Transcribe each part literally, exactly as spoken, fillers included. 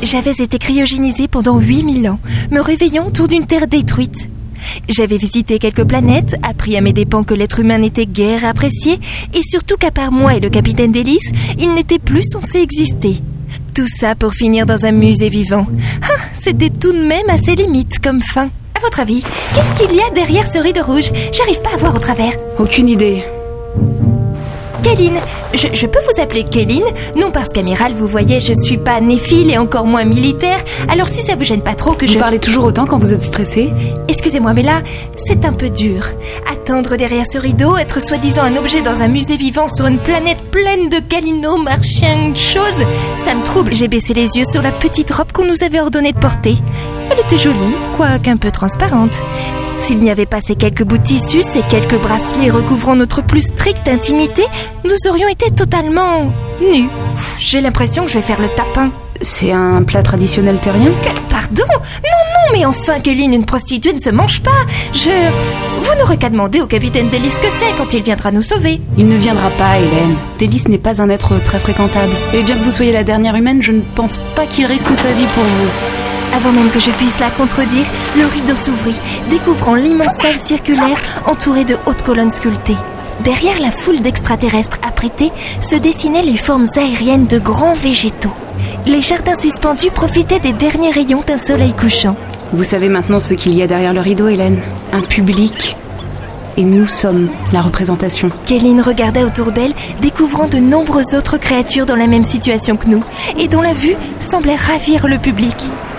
J'avais été cryogénisée pendant huit mille ans, me réveillant autour d'une Terre détruite. J'avais visité quelques planètes, appris à mes dépens que l'être humain n'était guère apprécié, et surtout qu'à part moi et le capitaine Delis, il n'était plus censé exister. Tout ça pour finir dans un musée vivant. Ah, c'était tout de même assez limite comme fin. À votre avis, qu'est-ce qu'il y a derrière ce rideau rouge? J'arrive pas à voir au travers. Aucune idée. Kéline, je, je peux vous appeler Kéline? Non, parce qu'amiral, vous voyez, je suis pas néphile et encore moins militaire. Alors si ça vous gêne pas trop que je... Vous parlez toujours autant quand vous êtes stressé? Excusez-moi, mais là, c'est un peu dur. Attendre derrière ce rideau, être soi-disant un objet dans un musée vivant sur une planète pleine de galino, marchiens, choses, ça me trouble. J'ai baissé les yeux sur la petite robe qu'on nous avait ordonné de porter. Elle était jolie, quoique un peu transparente. S'il n'y avait pas ces quelques bouts de tissu, ces quelques bracelets recouvrant notre plus stricte intimité, nous aurions été totalement nus. Pff, j'ai l'impression que je vais faire le tapin. C'est un plat traditionnel terrien? Pardon? Non, non, mais enfin, Kéline, une prostituée ne se mange pas. Je... Vous n'aurez qu'à demander au capitaine Delis ce que c'est quand il viendra nous sauver. Il ne viendra pas, Hélène. Delis n'est pas un être très fréquentable. Et bien que vous soyez la dernière humaine, je ne pense pas qu'il risque sa vie pour vous. Avant même que je puisse la contredire, le rideau s'ouvrit, découvrant l'immense salle circulaire entourée de hautes colonnes sculptées. Derrière la foule d'extraterrestres apprêtés se dessinaient les formes aériennes de grands végétaux. Les jardins suspendus profitaient des derniers rayons d'un soleil couchant. Vous savez maintenant ce qu'il y a derrière le rideau, Hélène. Un public. Et nous sommes la représentation. Kéline regardait autour d'elle, découvrant de nombreuses autres créatures dans la même situation que nous, et dont la vue semblait ravir le public.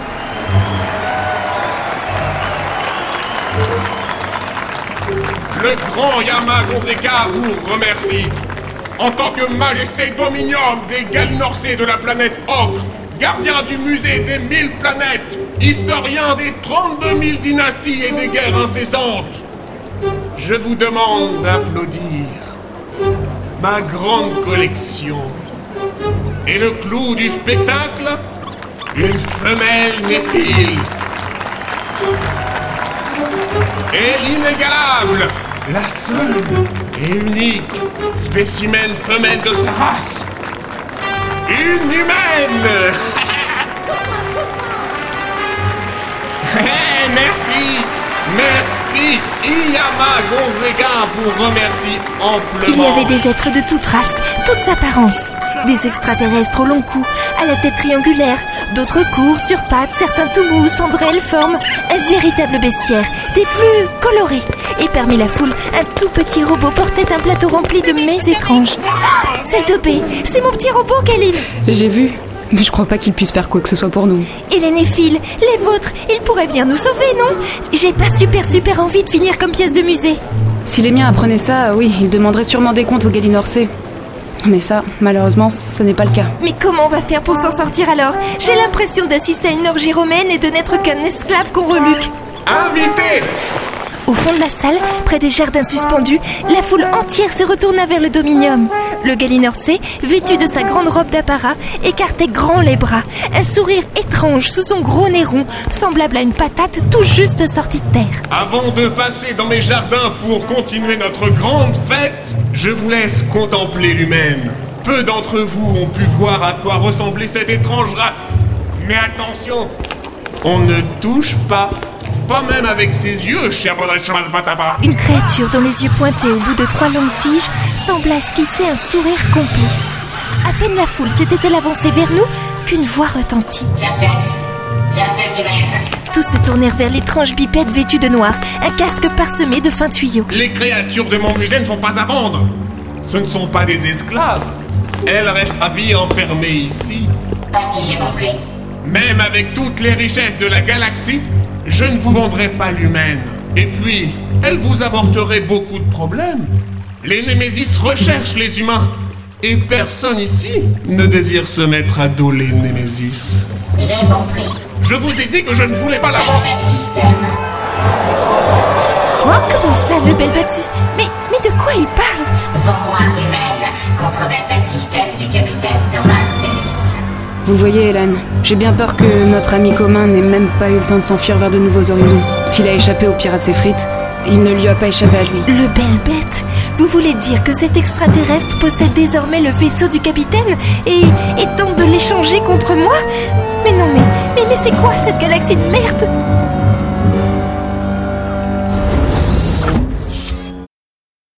Le grand Yama Gonzeka vous remercie. En tant que majesté dominium des Galinorcés de la planète Ocre, gardien du musée des mille planètes, historien des trente-deux mille dynasties et des guerres incessantes, je vous demande d'applaudir ma grande collection. Et le clou du spectacle, une femelle néphile. Et l'inégalable, la seule et unique spécimen femelle de sa race, une humaine. Merci, merci, Iyama Gonzeka vous remercie amplement. Il y avait des êtres de toute race, toute apparence. Des extraterrestres au long cou, à la tête triangulaire, d'autres courts, sur pattes, certains tout mous, cendrelles, formes, un véritable bestiaire, des plus colorés. Et parmi la foule, un tout petit robot portait un plateau rempli de mets étranges. Oh, c'est Dobé, c'est mon petit robot, Kéline. J'ai vu, mais je crois pas qu'il puisse faire quoi que ce soit pour nous. Et les néphiles, les vôtres, ils pourraient venir nous sauver, non? J'ai pas super super envie de finir comme pièce de musée. Si les miens apprenaient ça, oui, ils demanderaient sûrement des comptes aux Galinorcés. Mais ça, malheureusement, ce n'est pas le cas. Mais comment on va faire pour s'en sortir alors? J'ai l'impression d'assister à une orgie romaine et de n'être qu'un esclave qu'on reluque. Invité! Au fond de la salle, près des jardins suspendus, la foule entière se retourna vers le dominium. Le Galinorcé, vêtu de sa grande robe d'apparat, écartait grand les bras. Un sourire étrange sous son gros nez rond, semblable à une patate tout juste sortie de terre. Avant de passer dans mes jardins pour continuer notre grande fête, je vous laisse contempler l'humaine. Peu d'entre vous ont pu voir à quoi ressemblait cette étrange race. Mais attention, on ne touche pas. Pas même avec ses yeux, cher Cheval Pataba. Une créature dont les yeux pointés au bout de trois longues tiges sembla esquisser un sourire complice. À peine la foule s'était-elle avancée vers nous qu'une voix retentit. J'achète, j'achète humaine. Tous se tournèrent vers l'étrange bipède vêtu de noir, un casque parsemé de fins tuyaux. Les créatures de mon musée ne sont pas à vendre. Ce ne sont pas des esclaves. Elles restent à vie enfermées ici. Pas si j'ai compris. Même avec toutes les richesses de la galaxie, je ne vous vendrai pas l'humaine. Et puis, elle vous apporterait beaucoup de problèmes. Les Némésis recherchent les humains. Et personne ici ne désire se mettre à dos les Némésis. J'ai compris. Je vous ai dit que je ne voulais pas la vendre. Bête système. Quoi? Comment ça, le bel bâtisse? Mais, mais de quoi il parle? Vends-moi humaine contre le bête système du capitaine Thomas Delis. Vous voyez, Hélène, j'ai bien peur que notre ami commun n'ait même pas eu le temps de s'enfuir vers de nouveaux horizons. S'il a échappé aux pirates et frites, il ne lui a pas échappé à lui. Le bel bête? Vous voulez dire que cet extraterrestre possède désormais le vaisseau du capitaine et, et tente de l'échanger contre moi? Mais non, mais, mais, mais c'est quoi cette galaxie de merde?